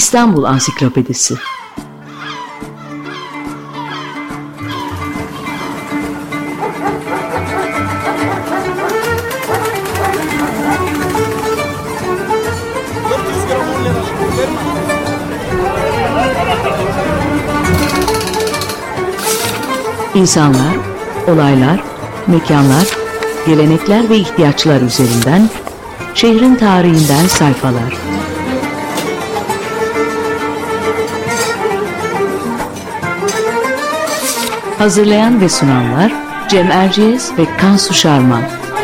İstanbul Ansiklopedisi. İnsanlar, olaylar, mekanlar, gelenekler ve ihtiyaçlar üzerinden şehrin tarihinden sayfalar. Hazırlayan ve sunanlar Cem Erciyes ve Kansu Şarman.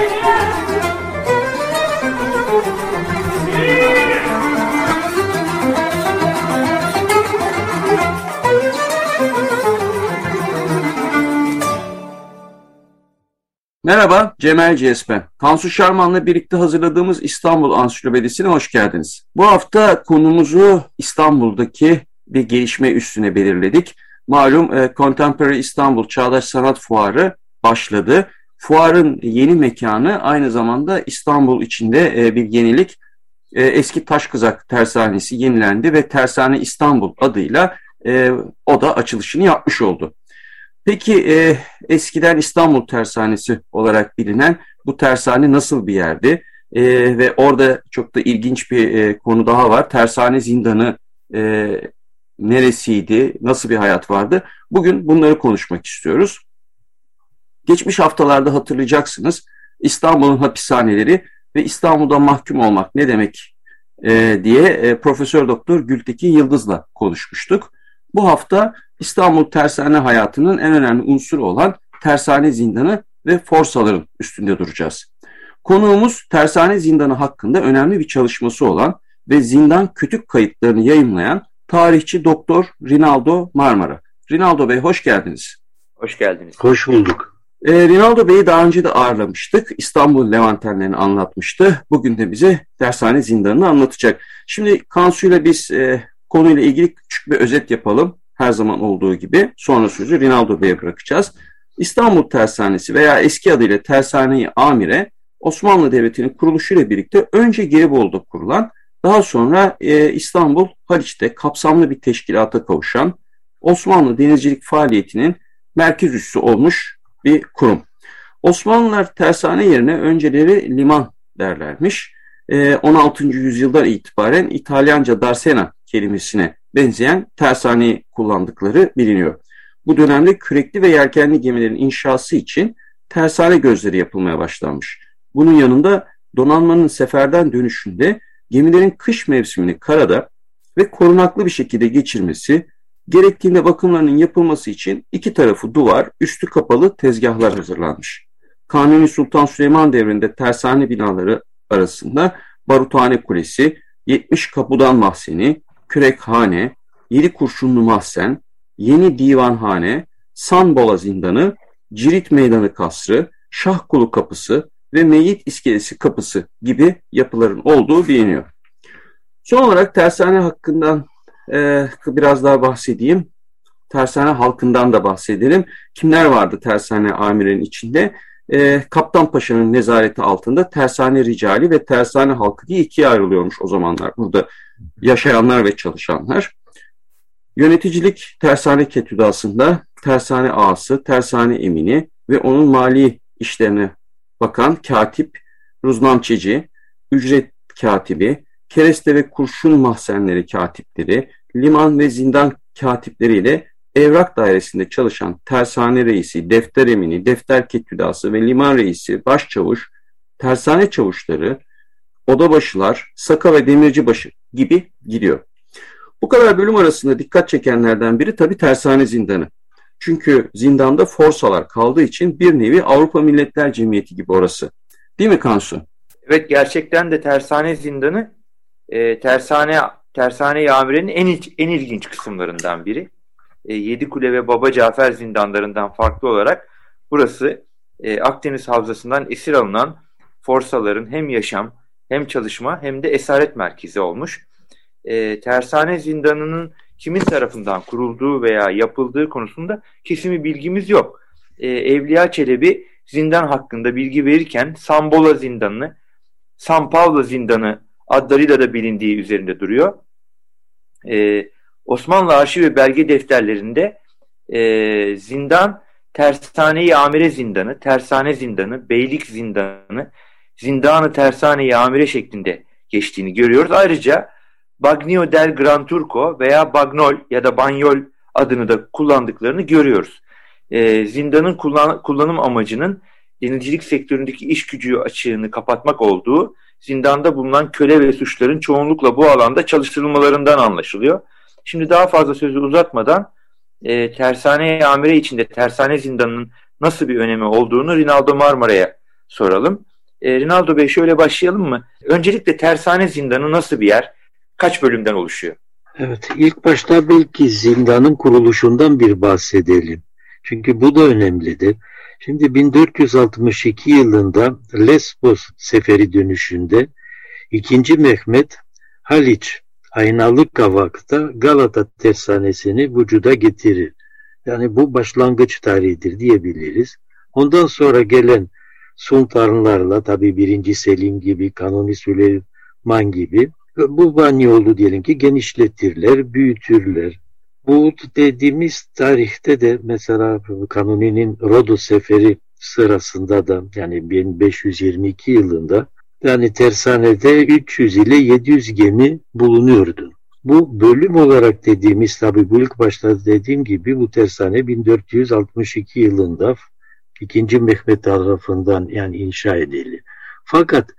Merhaba, Cem Erciyes ben. Kansu Şarman'la birlikte hazırladığımız İstanbul Ansiklopedisi'ne hoş geldiniz. Bu hafta konumuzu İstanbul'daki bir gelişme üstüne belirledik. Malum Contemporary İstanbul Çağdaş Sanat Fuarı başladı. Fuarın yeni mekanı aynı zamanda İstanbul içinde bir yenilik. Eski Taşkızak Tersanesi yenilendi ve Tersane İstanbul adıyla o da açılışını yapmış oldu. Peki eskiden İstanbul Tersanesi olarak bilinen bu tersane nasıl bir yerdi? Ve orada çok da ilginç bir konu daha var. Tersane zindanı neresiydi? Nasıl bir hayat vardı? Bugün bunları konuşmak istiyoruz. Geçmiş haftalarda hatırlayacaksınız. İstanbul'un hapishaneleri ve İstanbul'da mahkum olmak ne demek diye Profesör Doktor Gültekin Yıldız'la konuşmuştuk. Bu hafta İstanbul tersane hayatının en önemli unsuru olan tersane zindanı ve forsaların üstünde duracağız. Konuğumuz tersane zindanı hakkında önemli bir çalışması olan ve zindan kütük kayıtlarını yayımlayan tarihçi Doktor Rinaldo Marmara. Rinaldo Bey hoş geldiniz. Hoş geldiniz. Hoş bulduk. Rinaldo Bey'i daha önce de ağırlamıştık. İstanbul Levantenlerini anlatmıştı. Bugün de bize tersane zindanını anlatacak. Şimdi Kansu'yla biz konuyla ilgili küçük bir özet yapalım. Her zaman olduğu gibi. Sonra sözü Rinaldo Bey'e bırakacağız. İstanbul Tersanesi veya eski adıyla Tersane-i Amire, Osmanlı Devleti'nin kuruluşuyla birlikte önce Gelibolu'da kurulan, daha sonra İstanbul Haliç'te kapsamlı bir teşkilata kavuşan, Osmanlı denizcilik faaliyetinin merkez üssü olmuş bir kurum. Osmanlılar tersane yerine önceleri liman derlermiş. 16. yüzyıldan itibaren İtalyanca darsena kelimesine benzeyen tersaneyi kullandıkları biliniyor. Bu dönemde kürekli ve yelkenli gemilerin inşası için tersane gözleri yapılmaya başlanmış. Bunun yanında donanmanın seferden dönüşünde gemilerin kış mevsimini karada ve korunaklı bir şekilde geçirmesi, gerektiğinde bakımlarının yapılması için iki tarafı duvar, üstü kapalı tezgahlar hazırlanmış. Kanuni Sultan Süleyman devrinde tersane binaları arasında Baruthane Kulesi, 70 Kapıdan Mahzeni, Kürekhane, 7 Kurşunlu Mahzen, Yeni Divanhane, Sanbola Zindanı, Cirit Meydanı Kasrı, Şahkulu Kapısı ve Meyyit İskelesi Kapısı gibi yapıların olduğu biliniyor. Son olarak tersane hakkından biraz daha bahsedeyim. Tersane halkından da bahsedelim. Kimler vardı tersane amirenin içinde? Kaptan Paşa'nın nezareti altında tersane ricali ve tersane halkı diye ikiye ayrılıyormuş o zamanlar. Burada yaşayanlar ve çalışanlar. Yöneticilik tersane ketüdasında tersane ağası, tersane emini ve onun mali işlerine bakan katip, ruznamçeci, ücret katibi, kereste ve kurşun mahzenleri katipleri, liman ve zindan katipleriyle evrak dairesinde çalışan tersane reisi, defter emini, defter ketüdası ve liman reisi, başçavuş, tersane çavuşları, odabaşılar, saka ve demircibaşı gibi gidiyor. Bu kadar bölüm arasında dikkat çekenlerden biri tabii tersane zindanı. Çünkü zindanda forsalar kaldığı için bir nevi Avrupa Milletler Cemiyeti gibi orası. Değil mi Kansu? Evet, gerçekten de tersane zindanı Tersane-i Amire'nin en ilginç kısımlarından biri. Yedikule ve Baba Cafer zindanlarından farklı olarak burası Akdeniz Havzası'ndan esir alınan forsaların hem yaşam hem çalışma hem de esaret merkezi olmuş. Tersane zindanının kimin tarafından kurulduğu veya yapıldığı konusunda kesin bir bilgimiz yok. Evliya Çelebi zindan hakkında bilgi verirken Sambola zindanını, San Pavlo zindanı adlarıyla da bilindiği üzerinde duruyor. Osmanlı arşiv ve belge defterlerinde zindan Tersane-i Amire zindanı, Tersane zindanı, Beylik zindanı, Zindanı Tersane-i Amire şeklinde geçtiğini görüyoruz. Ayrıca Bagnio del Gran Turco veya Bagnol ya da Banyol adını da kullandıklarını görüyoruz. Zindanın kullanım amacının denizcilik sektöründeki iş gücü açığını kapatmak olduğu, zindanda bulunan köle ve suçların çoğunlukla bu alanda çalıştırılmalarından anlaşılıyor. Şimdi daha fazla sözü uzatmadan Tersane-i Amire içinde Tersane zindanının nasıl bir önemi olduğunu Rinaldo Marmara'ya soralım. Rinaldo Bey, şöyle başlayalım mı? Öncelikle Tersane zindanı nasıl bir yer? Kaç bölümden oluşuyor? Evet, ilk başta belki zindanın kuruluşundan bir bahsedelim. Çünkü bu da önemlidir. Şimdi 1462 yılında Lesbos seferi dönüşünde 2. Mehmet Haliç Aynalı Kavak'ta Galata tersanesini vücuda getirir. Yani bu başlangıç tarihidir diyebiliriz. Ondan sonra gelen sultanlarla, tabii 1. Selim gibi, Kanuni Süleyman gibi bu banyolu diyelim ki genişletirler, büyütürler. Bu dediğimiz tarihte de mesela Kanuni'nin Rodos seferi sırasında da, yani 1522 yılında, yani tersanede 300 ile 700 gemi bulunuyordu. Bu bölüm olarak dediğimiz, tabii bu ilk başta dediğim gibi, bu tersane 1462 yılında 2. Mehmet tarafından yani inşa edildi. Fakat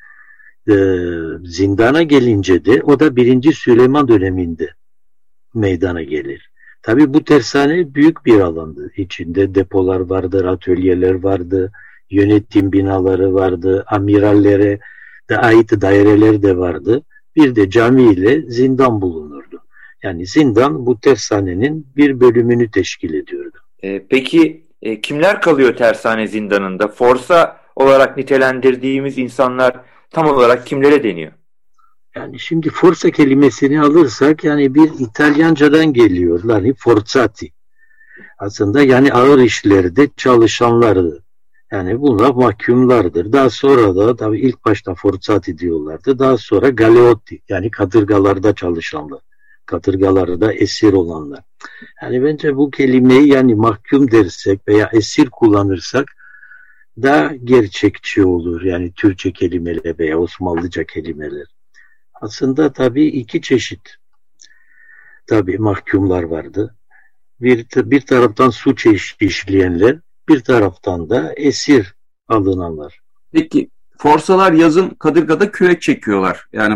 zindana gelince de o da 1. Süleyman döneminde meydana gelir. Tabii bu tersane büyük bir alandı. İçinde depolar vardı, atölyeler vardı, yönetim binaları vardı, amirallere de ait daireler de vardı. Bir de cami ile zindan bulunurdu. Yani zindan bu tersanenin bir bölümünü teşkil ediyordu. Peki kimler kalıyor tersane zindanında? Forsa olarak nitelendirdiğimiz insanlar tam olarak kimlere deniyor? Yani şimdi forza kelimesini alırsak, yani bir İtalyancadan geliyor. Yani forzati. Aslında yani ağır işlerde çalışanlardı. Yani bunlar mahkumlardır. Daha sonra da tabii ilk başta forzati diyorlardı. Daha sonra galeotti, yani kadırgalarda çalışanlar. Kadırgalarda esir olanlar. Yani bence bu kelimeyi yani mahkum dersek veya esir kullanırsak daha gerçekçi olur. Yani Türkçe kelimeler veya Osmanlıca kelimeler. Aslında tabii iki çeşit tabii mahkumlar vardı. Bir taraftan suç işleyenler, bir taraftan da esir alınanlar. Peki forsalar yazın kadırgada kürek çekiyorlar. Yani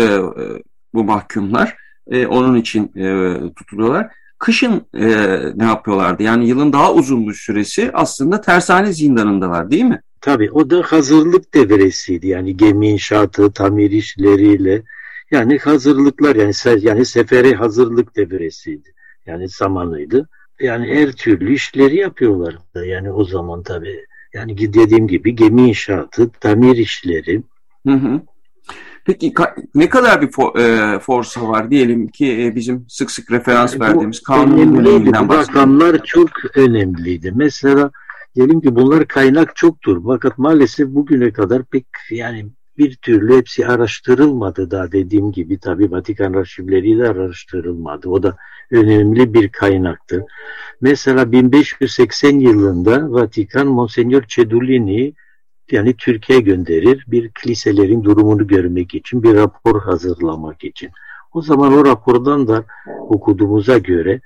bu mahkumlar onun için tutuluyorlar. Kışın ne yapıyorlardı? Yani yılın daha uzun bir süresi aslında tersane zindanındalar, değil mi? Tabii o da hazırlık devresiydi. Yani gemi inşaatı, tamir işleriyle, yani hazırlıklar, yani sefere hazırlık devresiydi. Yani zamanıydı. Yani her türlü işleri yapıyorlardı. Yani o zaman tabii, yani dediğim gibi gemi inşaatı, tamir işleri. Hı hı. Peki ne kadar bir forsa var? Diyelim ki bizim sık sık referans verdiğimiz kanun döneminden bahsediyoruz. Bu rakamlar çok önemliydi. Mesela diyelim ki bunlar kaynak çoktur. Fakat maalesef bugüne kadar pek yani bir türlü hepsi araştırılmadı da, dediğim gibi tabii Vatikan arşivleri de araştırılmadı. O da önemli bir kaynaktır. Mesela 1580 yılında Vatikan Monsignor Cedulini yani Türkiye'ye gönderir, bir kiliselerin durumunu görmek için, bir rapor hazırlamak için. O zaman o rapordan da okuduğumuza göre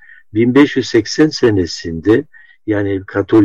1580 senesinde yani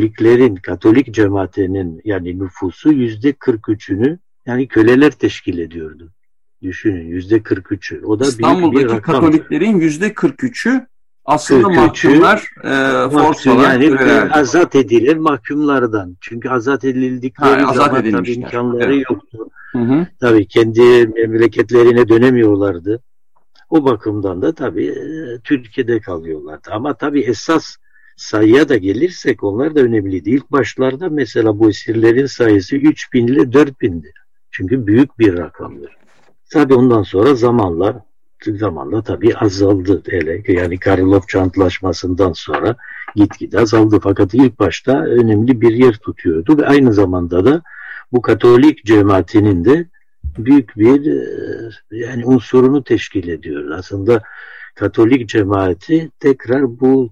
Katolik cemaatinin yani nüfusu %43'ünü yani köleler teşkil ediyordu. Düşünün, %43'ü. O da İstanbul'daki büyük bir rakam. Katoliklerin %43'ü aslında mahkumlar, forsalar, yani azat edilen mahkumlardan. Çünkü azat edildikleri zaman tabii imkanları yoktu. Hı. Tabii kendi memleketlerine dönemiyorlardı. O bakımdan da tabii Türkiye'de kalıyorlardı. Ama tabii esas sayıya da gelirsek onlar da önemliydi. İlk başlarda mesela bu esirlerin sayısı 3000 ile 4000'di. Çünkü büyük bir rakamdır. Tabii ondan sonra zamanla tabii azaldı. Yani Karlofça Antlaşması'ndan sonra gitgide azaldı. Fakat ilk başta önemli bir yer tutuyordu ve aynı zamanda da bu Katolik cemaatinin de büyük bir yani unsurunu teşkil ediyor. Aslında Katolik cemaati tekrar bu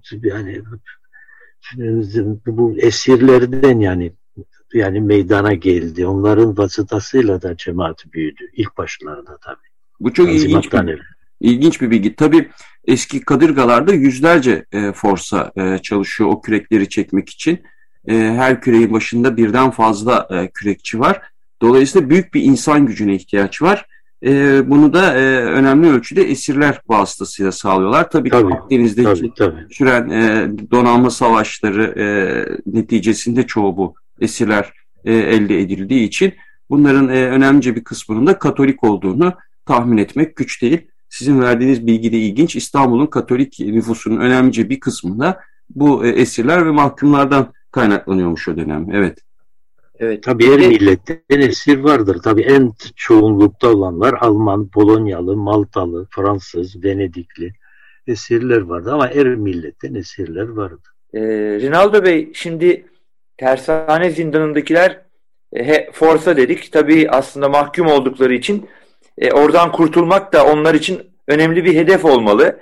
esirlerden yani meydana geldi. Onların vasıtasıyla da cemaat büyüdü. İlk başlarda tabii. Bu çok ilginç bir bilgi. Tabii eski kadırgalarda yüzlerce forsa çalışıyor o kürekleri çekmek için. Her küreğin başında birden fazla kürekçi var. Dolayısıyla büyük bir insan gücüne ihtiyaç var. Bunu da önemli ölçüde esirler vasıtasıyla sağlıyorlar. Tabii Akdeniz'deki süren donanma savaşları neticesinde çoğu bu esirler elde edildiği için bunların önemlice bir kısmının da Katolik olduğunu tahmin etmek güç değil. Sizin verdiğiniz bilgi de ilginç. İstanbul'un Katolik nüfusunun önemlice bir kısmında bu esirler ve mahkumlardan kaynaklanıyormuş o dönem. Evet. Evet. Tabii her milletten esir vardır. Tabii en çoğunlukta olanlar Alman, Polonyalı, Maltalı, Fransız, Venedikli esirler vardı ama her milletten esirler vardı. Rinaldo Bey, şimdi Tersane zindanındakiler forsa dedik. Tabii aslında mahkum oldukları için oradan kurtulmak da onlar için önemli bir hedef olmalı.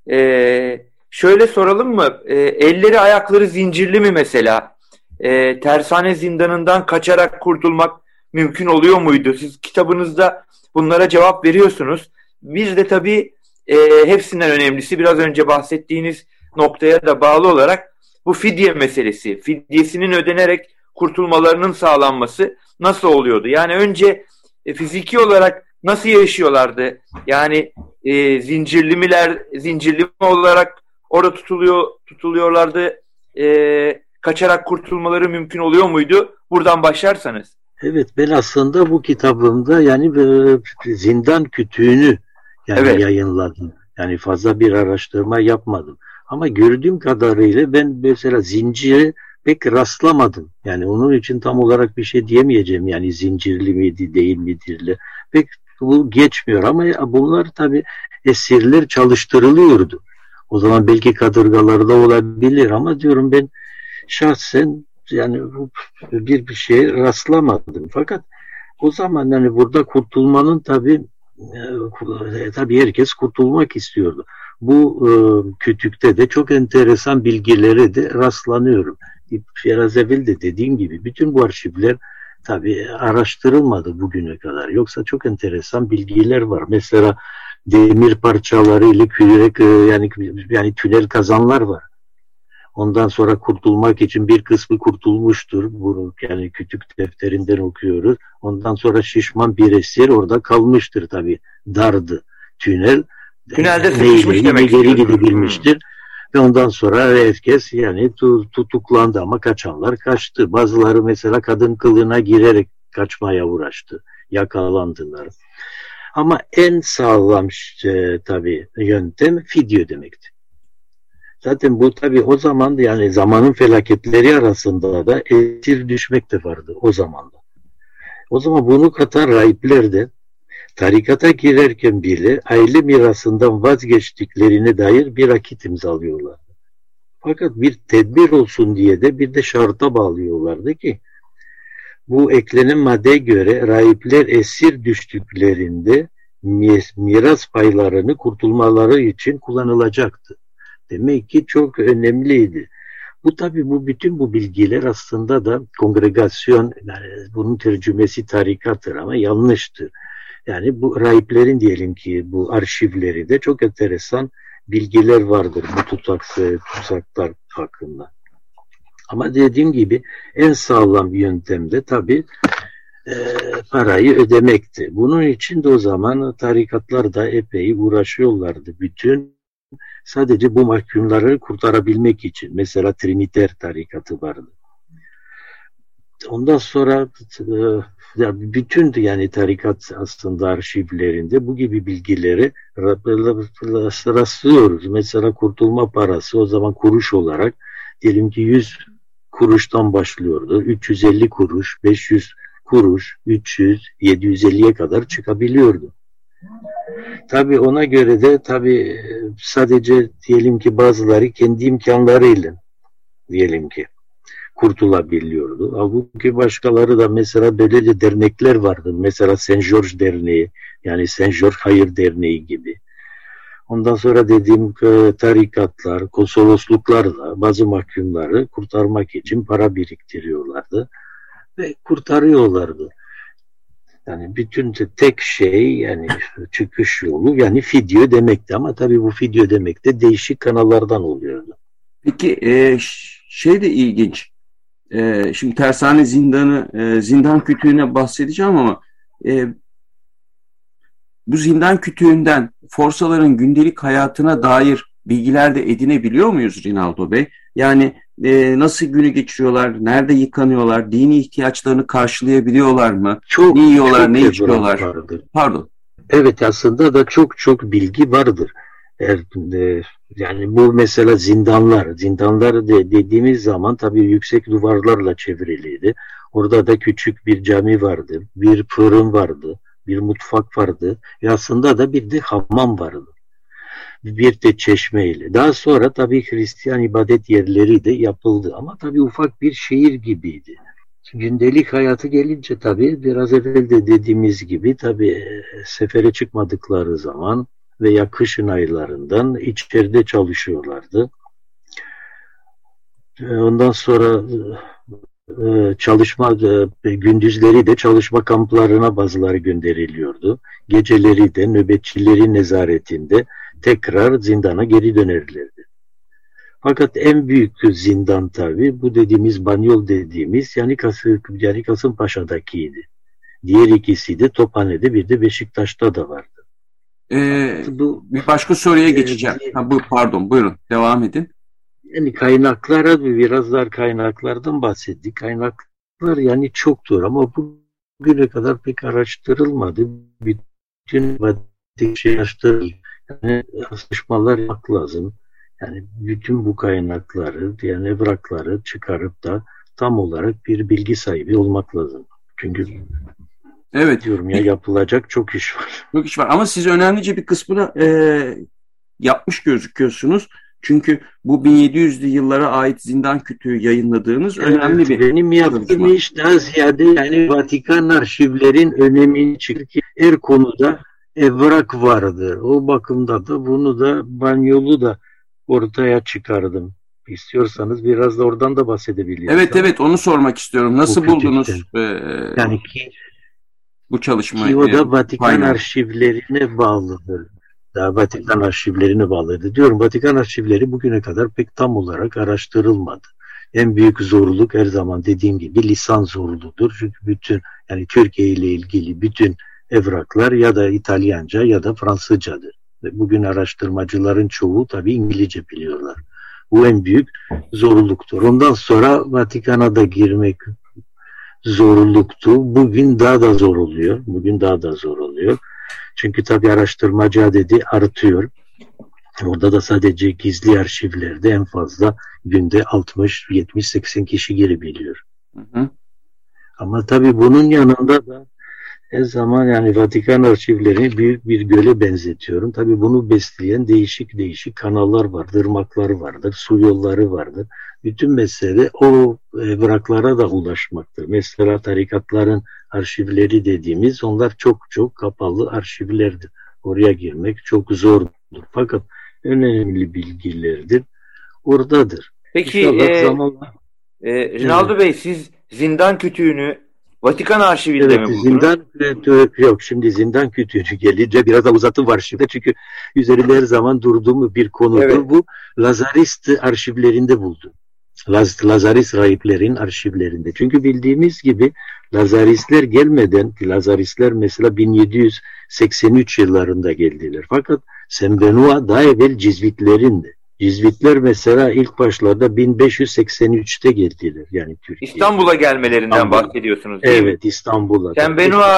Şöyle soralım mı? Elleri ayakları zincirli mi mesela? Tersane zindanından kaçarak kurtulmak mümkün oluyor muydu? Siz kitabınızda bunlara cevap veriyorsunuz. Bir de tabii hepsinden önemlisi biraz önce bahsettiğiniz noktaya da bağlı olarak bu fidye meselesi. Fidyesinin ödenerek kurtulmalarının sağlanması nasıl oluyordu? Yani önce fiziki olarak nasıl yaşıyorlardı? Yani zincirli mi olarak orada tutuluyorlardı? Kaçarak kurtulmaları mümkün oluyor muydu? Buradan başlarsanız. Evet, ben aslında bu kitabımda zindan kütüğünü yayınladım. Yani fazla bir araştırma yapmadım. Ama gördüğüm kadarıyla ben mesela zincire pek rastlamadım. Yani onun için tam olarak bir şey diyemeyeceğim. Yani zincirli miydi, değil midir? Pek bu geçmiyor ama bunlar tabii esirler çalıştırılıyordu. O zaman belki kadırgalarda olabilir ama diyorum ben şahsen yani bir şeye rastlamadım. Fakat o zaman yani burada kurtulmanın tabii herkes kurtulmak istiyordu. Bu kütükte de çok enteresan bilgilere de rastlanıyorum. Biraz evvel de dediğim gibi bütün bu arşivler tabii araştırılmadı bugüne kadar. Yoksa çok enteresan bilgiler var. Mesela demir parçaları ile kürek yani tünel kazanlar var. Ondan sonra kurtulmak için bir kısmı kurtulmuştur. Bunu yani kütük defterinden okuyoruz. Ondan sonra şişman bir esir orada kalmıştır tabii. Dardı tünel. Tünelde sıkışmış demek. Geri gidebilmiştir. Ve ondan sonra herkes yani tutuklandı ama kaçanlar kaçtı. Bazıları mesela kadın kılığına girerek kaçmaya uğraştı. Yakalandılar. Ama en sağlam tabii yöntem fidye demekti. Zaten bu tabii o zaman yani zamanın felaketleri arasında da esir düşmek de vardı o zaman da. O zaman bunu katan rahipler de tarikata girerken bile aile mirasından vazgeçtiklerine dair bir akit imzalıyorlardı. Fakat bir tedbir olsun diye de bir de şarta bağlıyorlardı ki bu eklenen maddeye göre rahipler esir düştüklerinde miras paylarını kurtulmaları için kullanılacaktı. Demek ki çok önemliydi. Bu tabii bütün bu bilgiler aslında da kongregasyon, yani bunun tercümesi tarikattır ama yanlıştır. Yani bu rahiplerin diyelim ki bu arşivleri de çok enteresan bilgiler vardır bu tutsaklar hakkında. Ama dediğim gibi en sağlam yöntem de tabii parayı ödemekti. Bunun için de o zaman tarikatlar da epey uğraşıyorlardı. Sadece bu mahkumları kurtarabilmek için. Mesela Triniter tarikatı vardı. Ondan sonra bütün yani tarikat aslında arşivlerinde bu gibi bilgileri rastlıyoruz. Mesela kurtulma parası o zaman kuruş olarak diyelim ki 100 kuruştan başlıyordu. 350 kuruş, 500 kuruş, 300, 750'ye kadar çıkabiliyordu. Tabii ona göre de tabii sadece diyelim ki bazıları kendi imkanlarıyla diyelim ki kurtulabiliyordu. Halbuki başkaları da mesela böylece dernekler vardı. Mesela Saint George Derneği yani Saint George Hayır Derneği gibi. Ondan sonra dediğim tarikatlar, konsolosluklarla bazı mahkumları kurtarmak için para biriktiriyorlardı ve kurtarıyorlardı. Yani bütün tek şey yani çıkış yolu yani fidye demekti ama tabii bu fidye demek de değişik kanallardan oluyordu. Peki şey de ilginç. Şimdi Tersane Zindanı, zindan kütüğüne bahsedeceğim ama bu zindan kütüğünden Forsaların gündelik hayatına dair bilgiler de edinebiliyor muyuz Rinaldo Bey? Yani nasıl günü geçiriyorlar, nerede yıkanıyorlar, dini ihtiyaçlarını karşılayabiliyorlar mı? Çok, ne yiyorlar, çok ne içiyorlar? Pardon. Evet aslında da çok bilgi vardır. Yani bu mesela zindanlar dediğimiz zaman tabii yüksek duvarlarla çevriliydi. Orada da küçük bir cami vardı, bir fırın vardı, bir mutfak vardı. Aslında da bir de hamam vardı. Bir de çeşmeyle. Daha sonra tabii Hristiyan ibadet yerleri de yapıldı ama tabii ufak bir şehir gibiydi. Gündelik hayatı gelince tabii biraz evvel de dediğimiz gibi tabii sefere çıkmadıkları zaman veya kışın aylarından içeride çalışıyorlardı. Ondan sonra gündüzleri de çalışma kamplarına bazıları gönderiliyordu. Geceleri de nöbetçilerin nezaretinde tekrar zindana geri dönerlerdi. Fakat en büyük zindan tabii bu dediğimiz Banyol dediğimiz yani Kasımpaşa'dakiydi. Diğer ikisi de Tophane'de bir de Beşiktaş'ta da vardı. Bir başka soruya geçeceğim. Pardon buyurun devam edin. Yani kaynaklara biraz daha kaynaklardan bahsettik. Kaynaklar yani çoktur ama bugüne kadar pek araştırılmadı. Bütün şey araştırılıyor. Yani araştırmalar yapmak lazım. Yani bütün bu kaynakları, yani evrakları çıkarıp da tam olarak bir bilgi sahibi olmak lazım. Çünkü evet diyorum ya yapılacak çok iş var. Çok iş var ama siz önemlice bir kısmını yapmış gözüküyorsunuz. Çünkü bu 1700'lü yıllara ait zindan kütüğü yayınladığınız önemli bir benim yaptığım iş daha ziyade yani Vatikan arşivlerin önemini çıktı. Her konuda evrak vardı. O bakımda da bunu da Banyol'u da ortaya çıkardım. İstiyorsanız biraz da oradan da bahsedebiliriz. Evet onu sormak istiyorum. Nasıl buldunuz yani bu çalışmayı? O da Vatikan arşivlerine bağlıdır. Daha Vatikan arşivlerine bağlıdır. Diyorum Vatikan arşivleri bugüne kadar pek tam olarak araştırılmadı. En büyük zorluk her zaman dediğim gibi lisan zorluğudur. Çünkü bütün yani Türkiye ile ilgili bütün evraklar ya da İtalyanca ya da Fransızcadır. Bugün araştırmacıların çoğu tabii İngilizce biliyorlar. Bu en büyük zorluktur. Ondan sonra Vatikan'a da girmek zorluktu. Bugün daha da zor oluyor. Çünkü tabii araştırmacı adedi artıyor. Orada da sadece gizli arşivlerde en fazla günde 60, 70, 80 kişi girebiliyor. Ama tabii bunun yanında da her zaman yani Vatikan arşivlerini büyük bir göle benzetiyorum. Tabii bunu besleyen değişik kanallar vardır, ırmaklar vardır, su yolları vardır. Bütün mesele o evraklara da ulaşmaktır. Mesela tarikatların arşivleri dediğimiz onlar çok kapalı arşivlerdir. Oraya girmek çok zordur. Fakat önemli bilgilerdir. Oradadır. Peki Rinaldo Bey siz zindan kütüğünü Vatikan arşivinde mi buldunuz? Yok şimdi zindan kütüğünü gelince biraz da uzatım var şimdi çünkü üzerinde her zaman durduğum bir konudur. Evet. Bu Lazarist arşivlerinde buldum. Lazarist rahiplerin arşivlerinde. Çünkü bildiğimiz gibi Lazaristler gelmeden Lazaristler mesela 1783 yıllarında geldiler. Fakat Saint Benoît daha evvel Cizvitlerindi. Cizvitler mesela ilk başlarda 1583'te geldiler yani Türkiye. İstanbul'a gelmelerinden bahsediyorsunuz değil mi? Evet İstanbul'a. Saint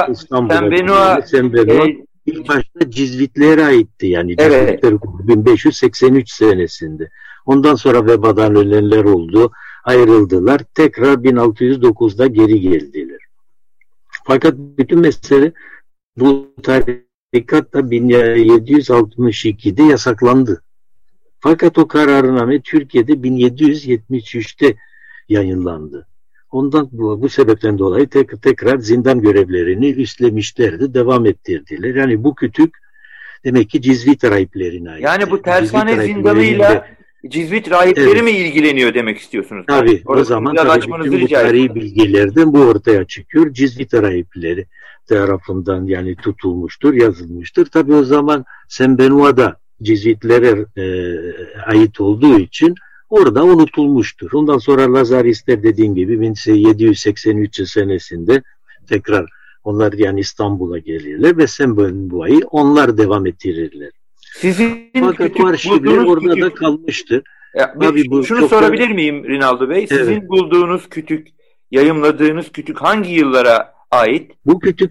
Benoît ilk başta Cizvitlere aitti yani Cizvitler 1583 senesinde. Ondan sonra vebadan ölenler oldu, ayrıldılar. Tekrar 1609'da geri geldiler. Fakat bütün mesele bu tarikat da 1762'de yasaklandı. Fakat o kararname Türkiye'de 1773'te yayınlandı. Ondan bu sebepten dolayı tekrar zindan görevlerini üstlemişlerdi, devam ettirdiler. Yani bu kütük demek ki Cizvit rahiplerine ait. Yani bu tersane zindanıyla Cizvit rahipleri mi ilgileniyor demek istiyorsunuz? Tabii. O zaman tabii bütün bu tarihi bilgilerden bu ortaya çıkıyor. Cizvit rahipleri tarafından yani tutulmuştur, yazılmıştır. Tabii o zaman Saint-Benoît'da Cizvitlere ait olduğu için orada unutulmuştur. Ondan sonra Lazaristler dediğim gibi 1783 senesinde tekrar onlar yani İstanbul'a gelirler ve Saint-Benoît'ı onlar devam ettirirler. Fakat bu arşivler orada da kalmıştır. Şunu sorabilir miyim Rinaldo Bey? Sizin bulduğunuz kütük, yayımladığınız kütük hangi yıllara ait? Bu kütük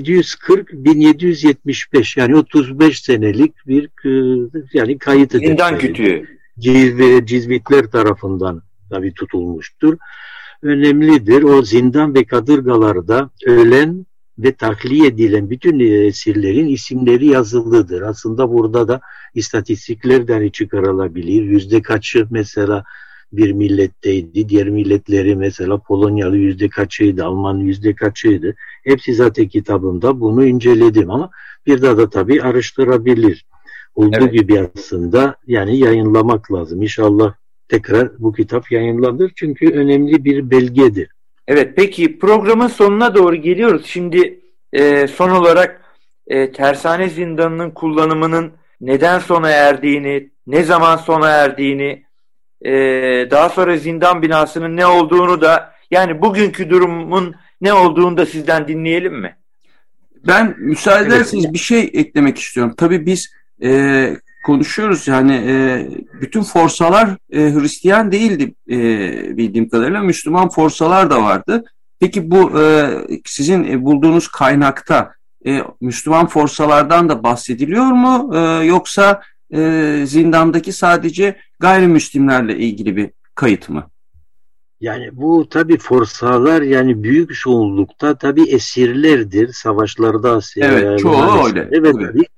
1740-1775 yani 35 senelik bir yani kayıt edildi. Zindan kütüğü. Cizvitler tarafından tabii tutulmuştur. Önemlidir. O zindan ve kadırgalarda ölen ve tahliye edilen bütün esirlerin isimleri yazılıdır. Aslında burada da istatistiklerden çıkarılabilir. Yüzde kaçı mesela bir milletteydi, diğer milletleri mesela Polonyalı yüzde kaçıydı, Alman yüzde kaçıydı. Hepsi zaten kitabımda bunu inceledim ama bir daha da tabii araştırabilir. Olduğu gibi aslında yani yayınlamak lazım. İnşallah tekrar bu kitap yayınlanır çünkü önemli bir belgedir. Evet, peki programın sonuna doğru geliyoruz. Şimdi son olarak tersane zindanının kullanımının neden sona erdiğini, ne zaman sona erdiğini, daha sonra zindan binasının ne olduğunu da yani bugünkü durumun ne olduğunu da sizden dinleyelim mi? Ben müsaade ederseniz bir şey eklemek istiyorum. Tabii biz konuşuyoruz yani bütün forsalar Hristiyan değildi bildiğim kadarıyla, Müslüman forsalar da vardı. Peki bu sizin bulduğunuz kaynakta Müslüman forsalardan da bahsediliyor mu yoksa zindandaki sadece gayrimüslimlerle ilgili bir kayıt mı? Yani bu tabii forsalar yani büyük çoğunlukta tabii esirlerdir. Savaşlarda evet, çoğu öyle. Evet,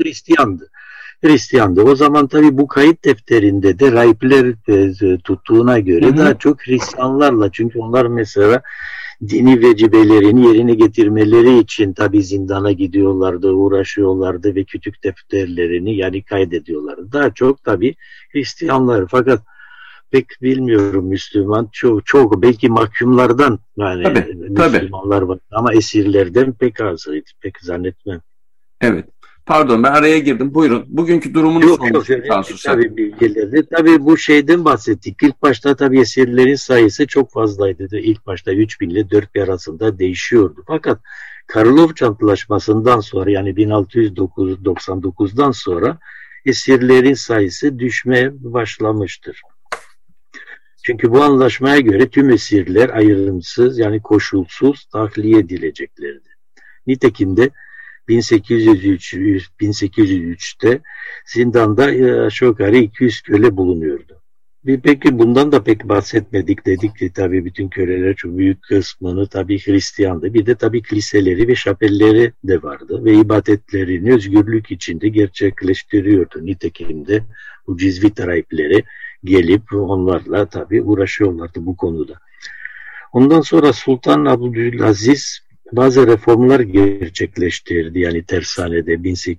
Hristiyandı. O zaman tabii bu kayıt defterinde de rahipler tuttuğuna göre daha çok Hristiyanlarla, çünkü onlar mesela dini vecibelerini yerine getirmeleri için tabii zindana gidiyorlardı, uğraşıyorlardı ve kütük defterlerini yani kaydediyorlardı. Daha çok tabii Hristiyanlar, fakat pek bilmiyorum Müslüman çok belki mahkumlardan yani Müslümanlar var ama esirlerden pek azıydı, pek zannetmem. Evet. Pardon, ben araya girdim. Buyurun. Bugünkü durumunuz olmuş. Tabii bilgileri. Tabii bu şeyden bahsettik. İlk başta tabii esirlerin sayısı çok fazlaydı. İlk başta 3000 ile 4000 arasında değişiyordu. Fakat Karlofça Antlaşması'ndan sonra yani 1699'dan sonra esirlerin sayısı düşmeye başlamıştır. Çünkü bu anlaşmaya göre tüm esirler ayrımsız yani koşulsuz tahliye edileceklerdi. Nitekim de 1803'te zindanda aşağı yukarı 200 köle bulunuyordu. Peki bundan da pek bahsetmedik, dedik ki tabii bütün köleler çok büyük kısmını tabii Hristiyandı. Bir de tabii kiliseleri ve şapelleri de vardı ve ibadetlerini özgürlük içinde gerçekleştiriyordu. Nitekim de bu Cizvit rahipleri gelip onlarla tabii uğraşıyorlardı bu konuda. Ondan sonra Sultan Abdülaziz bazı reformlar gerçekleştirdi yani tersanede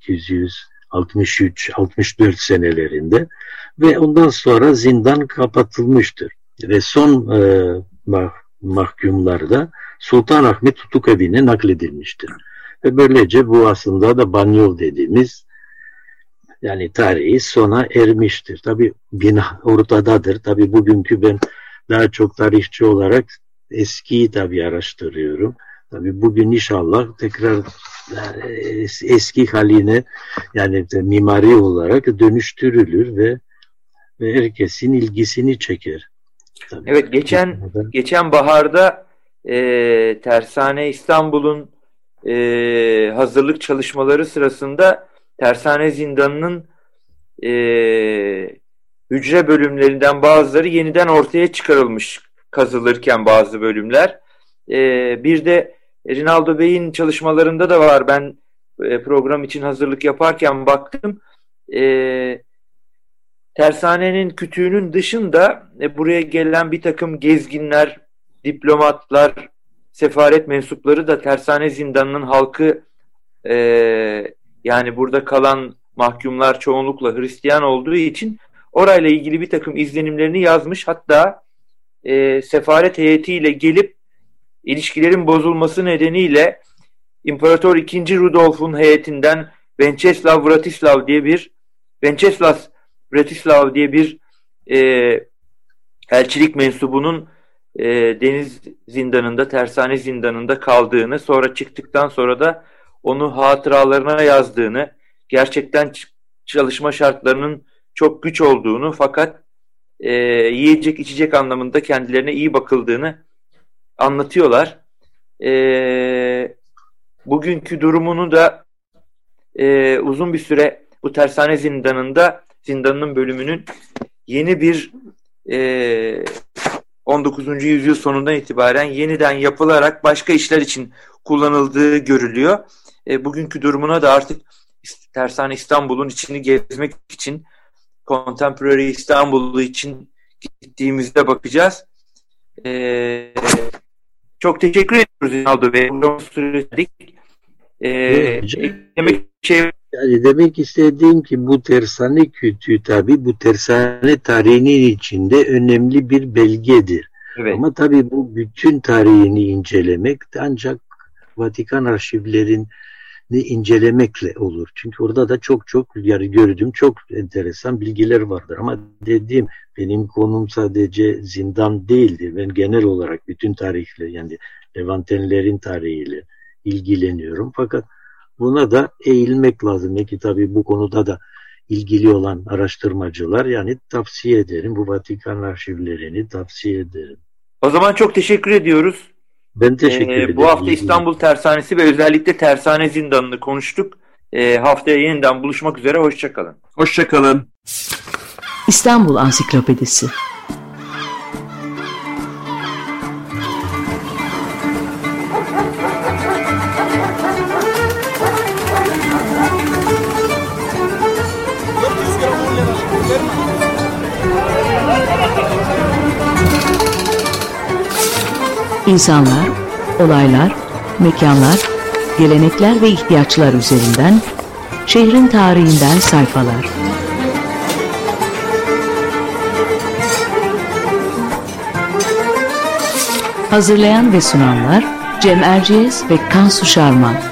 1863-64 senelerinde ve ondan sonra zindan kapatılmıştır. Ve son mahkumlarda Sultan Ahmet Tutuk Evi'ne nakledilmiştir. Ve böylece bu aslında da Banyol dediğimiz yani tarihi sona ermiştir. Tabii bina ortadadır. Tabii bugünkü ben daha çok tarihçi olarak eskiyi tabii araştırıyorum. Tabii bugün inşallah tekrar eski haline yani mimari olarak dönüştürülür ve herkesin ilgisini çeker. Tabii. Evet, geçen baharda Tersane İstanbul'un hazırlık çalışmaları sırasında Tersane Zindanı'nın hücre bölümlerinden bazıları yeniden ortaya çıkarılmış kazılırken bazı bölümler. Bir de Rinaldo Bey'in çalışmalarında da var. Ben program için hazırlık yaparken baktım. Tersanenin kütüğünün dışında buraya gelen bir takım gezginler, diplomatlar, sefaret mensupları da Tersane Zindanı'nın halkı yani burada kalan mahkumlar çoğunlukla Hristiyan olduğu için orayla ilgili bir takım izlenimlerini yazmış. Hatta sefaret heyetiyle gelip ilişkilerin bozulması nedeniyle İmparator II. Rudolf'un heyetinden Wenceslaw Bratislav diye bir elçilik mensubunun deniz zindanında, tersane zindanında kaldığını, sonra çıktıktan sonra da onu hatıralarına yazdığını, gerçekten çalışma şartlarının çok güç olduğunu fakat yiyecek içecek anlamında kendilerine iyi bakıldığını anlatıyorlar. Bugünkü durumunu da uzun bir süre bu tersane zindanının bölümünün yeni bir 19. yüzyıl sonundan itibaren yeniden yapılarak başka işler için kullanıldığı görülüyor. Bugünkü durumuna da artık Tersane İstanbul'un içini gezmek için, Contemporary İstanbul'u için gittiğimizde bakacağız. Çok teşekkür ediyoruz İnaldo Bey. Yani demek istediğim ki bu tersane kütüğü tabii bu tersane tarihinin içinde önemli bir belgedir. Evet. Ama tabii bu bütün tarihini incelemek ancak Vatikan arşivlerini incelemekle olur. Çünkü orada da çok yani gördüğüm çok enteresan bilgiler vardır. Ama dediğim benim konum sadece zindan değildir. Ben genel olarak bütün tarihle yani Levantenlerin tarihiyle ilgileniyorum. Fakat buna da eğilmek lazım. Belki tabii bu konuda da ilgili olan araştırmacılar yani tavsiye ederim. Bu Vatikan arşivlerini tavsiye ederim. O zaman çok teşekkür ediyoruz. Ben teşekkür ederim. Bu hafta İstanbul Tersanesi ve özellikle Tersane Zindanı'nı konuştuk. Haftaya yeniden buluşmak üzere. Hoşçakalın. Hoşçakalın. İstanbul Ansiklopedisi. İnsanlar, olaylar, mekanlar, gelenekler ve ihtiyaçlar üzerinden şehrin tarihinden sayfalar. Hazırlayan ve sunanlar Cem Erciyes ve Kansu Şarman.